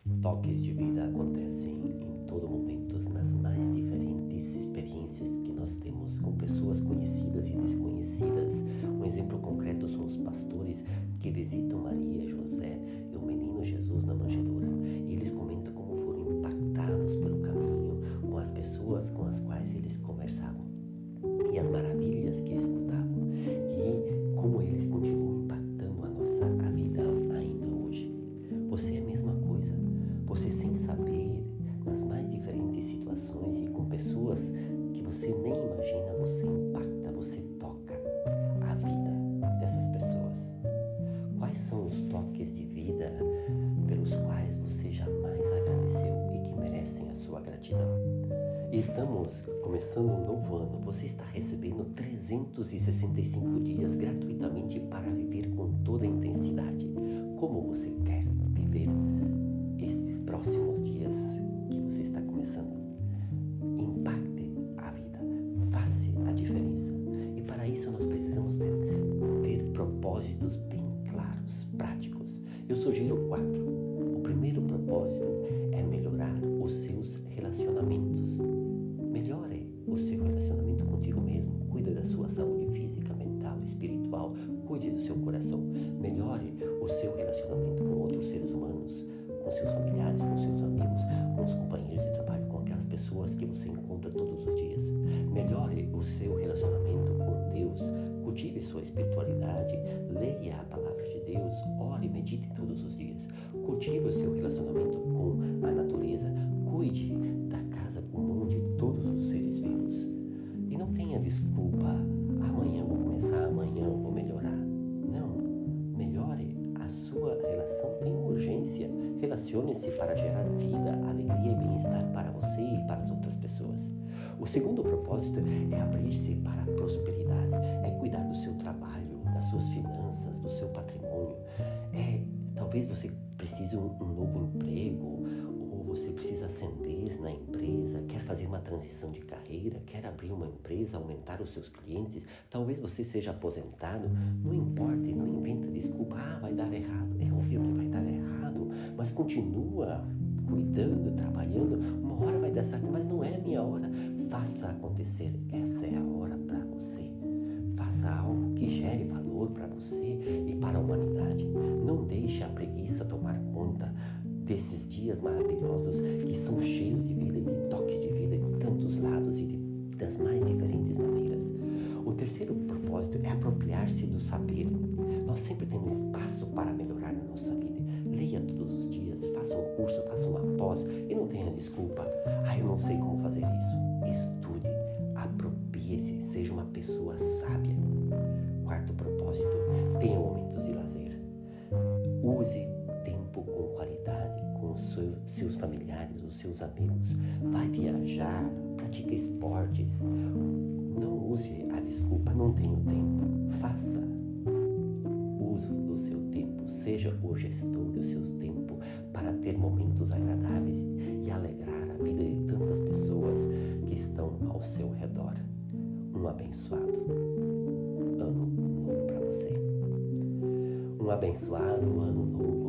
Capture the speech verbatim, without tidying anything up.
Toques de vida acontecem em todo momento, nas mais diferentes experiências que nós temos com pessoas conhecidas e desconhecidas. Um exemplo concreto são os pastores que visitam Maria, José e o menino Jesus na manjedoura. E eles comentam como foram impactados pelo caminho com as pessoas com as quais eles conversavam e as maravilhas que escutavam e como eles continuam impactando a nossa a vida ainda hoje. Você é a mesma coisa. Você, sem saber, nas mais diferentes situações e com pessoas que você nem imagina, você impacta, você toca a vida dessas pessoas. Quais são os toques de vida pelos quais você jamais agradeceu e que merecem a sua gratidão? Estamos começando um novo ano. Você está recebendo trezentos e sessenta e cinco dias gratuitamente para viver com toda a intensidade. Como você quer viver estes próximos dias que você está começando? Impacte a vida, faça a diferença. E para isso nós precisamos ter, ter propósitos bem claros, práticos. Eu sugiro quatro. O primeiro propósito é melhorar os seus relacionamentos. Melhore o seu relacionamento contigo mesmo. Cuide da sua saúde física, mental, espiritual. Cuide do seu coração. Melhore o seu relacionamento com outros seres humanos, com seus familiares, com seus amigos, com os companheiros de trabalho, com aquelas pessoas que você encontra todos os dias. Melhore o seu relacionamento com Deus. Cultive sua espiritualidade. Leia a palavra de Deus. Ore e medite todos os dias. Cultive o seu relacionamento com a natureza. Cuide da casa comum de todos os seres vivos. E não tenha desculpa. Amanhã eu vou começar, amanhã eu vou melhorar. Não. Melhore a sua relação. Tem urgência. Relacione-se para gerar vida, alegria e bem-estar para você e para as outras pessoas. O segundo propósito é abrir-se para a prosperidade. É cuidar do seu trabalho, das suas finanças, do seu patrimônio. É, talvez você precise de um, um novo emprego, ou você precisa ascender na empresa, quer fazer uma transição de carreira, quer abrir uma empresa, aumentar os seus clientes. Talvez você seja aposentado. Não importa, não inventa desculpa. Ah, vai dar errado. É óbvio que vai dar errado, mas continua cuidando, trabalhando. Uma hora vai dar certo, mas não é a minha hora. Faça acontecer. Essa é a hora para você. Faça algo que gere valor para você e para a humanidade. Não deixe a preguiça tomar conta desses dias maravilhosos que são cheios de vida e de toques de vida de tantos lados e de, das mais diferentes maneiras. O terceiro propósito é apropriar-se do saber. Nós sempre temos espaço para melhorar a nossa vida. Leia todos os dias, faça um curso, faça uma pós e não tenha desculpa. Ah, eu não sei como fazer isso. Estude, aproprie-se, seja uma pessoa sábia. Quarto propósito, tenha momentos de lazer. Use tempo com qualidade com os seus familiares, os seus amigos. Vai viajar, pratique esportes. Não use a desculpa, não tenho tempo. Faça uso do seu tempo. Seja o gestor do seu tempo para ter momentos agradáveis e alegrar a vida de tantas pessoas que estão ao seu redor. Um abençoado ano novo para você. Um abençoado ano novo